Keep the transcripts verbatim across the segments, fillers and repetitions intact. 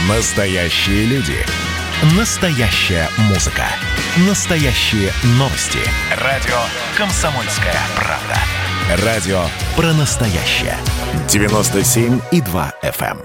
Настоящие люди. Настоящая музыка. Настоящие новости. Радио «Комсомольская правда». Радио про настоящее. девяносто семь и два эф эм.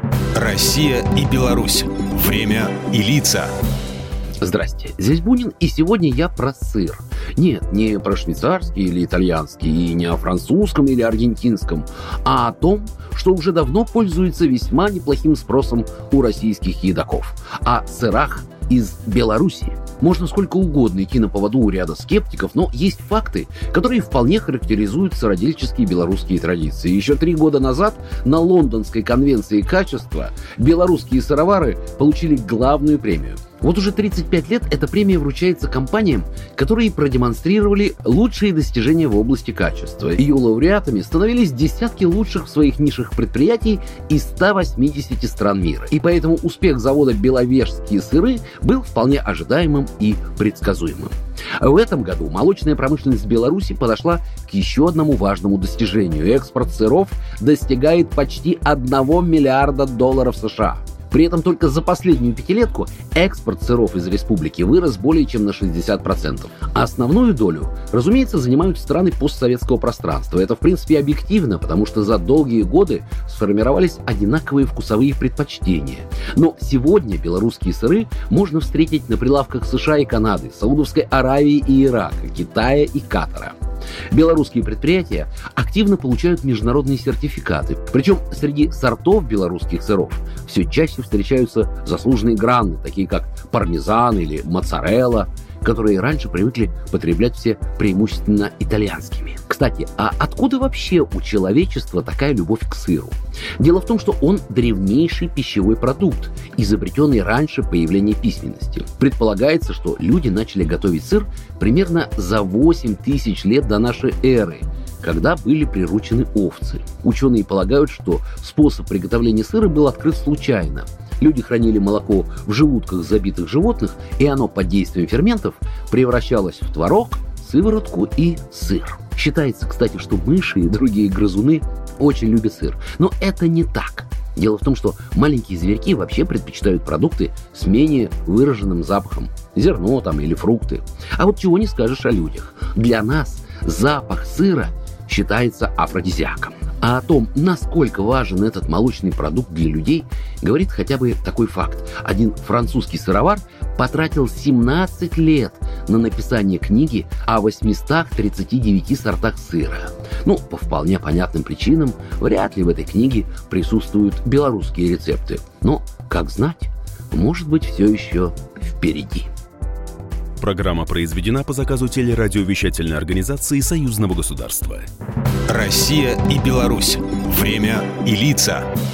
Россия и Беларусь. Время и лица. Здрасте, здесь Бунин, и сегодня я про сыр. Нет, не про швейцарский или итальянский, и не о французском или аргентинском, а о том, что уже давно пользуется весьма неплохим спросом у российских едоков. О сырах из Беларуси. Можно сколько угодно идти на поводу у ряда скептиков, но есть факты, которые вполне характеризуют сыродельческие белорусские традиции. Еще три года назад на Лондонской конвенции качества белорусские сыровары получили главную премию. Вот уже тридцать пять лет эта премия вручается компаниям, которые продемонстрировали лучшие достижения в области качества. Ее лауреатами становились десятки лучших в своих нишах предприятий из ста восьмидесяти стран мира. И поэтому успех завода «Беловежские сыры» был вполне ожидаемым и предсказуемым. В этом году молочная промышленность Беларуси подошла к еще одному важному достижению. Экспорт сыров достигает почти одного миллиарда долларов США. При этом только за последнюю пятилетку экспорт сыров из республики вырос более чем на шестьдесят процентов. А основную долю, разумеется, занимают страны постсоветского пространства. Это, в принципе, объективно, потому что за долгие годы сформировались одинаковые вкусовые предпочтения. Но сегодня белорусские сыры можно встретить на прилавках США и Канады, Саудовской Аравии и Ирака, Китая и Катара. Белорусские предприятия активно получают международные сертификаты. Причем среди сортов белорусских сыров все чаще встречаются заслуженные граны, такие как пармезан или моцарелла, которые раньше привыкли потреблять все преимущественно итальянскими. Кстати, а откуда вообще у человечества такая любовь к сыру? Дело в том, что он древнейший пищевой продукт, изобретенный раньше появления письменности. Предполагается, что люди начали готовить сыр примерно за восемь тысяч лет до нашей эры, когда были приручены овцы. Ученые полагают, что способ приготовления сыра был открыт случайно. Люди хранили молоко в желудках забитых животных, и оно под действием ферментов превращалось в творог, сыворотку и сыр. Считается, кстати, что мыши и другие грызуны очень любят сыр. Но это не так. Дело в том, что маленькие зверьки вообще предпочитают продукты с менее выраженным запахом. Зерно там или фрукты. А вот чего не скажешь о людях. Для нас запах сыра считается афродизиаком. А о том, насколько важен этот молочный продукт для людей, говорит хотя бы такой факт. Один французский сыровар потратил семнадцать лет на написание книги о восьмистах тридцати девяти сортах сыра. Ну, по вполне понятным причинам, вряд ли в этой книге присутствуют белорусские рецепты. Но, как знать, может быть, все еще впереди. Программа произведена по заказу телерадиовещательной организации Союзного государства. Россия и Беларусь. Время и лица.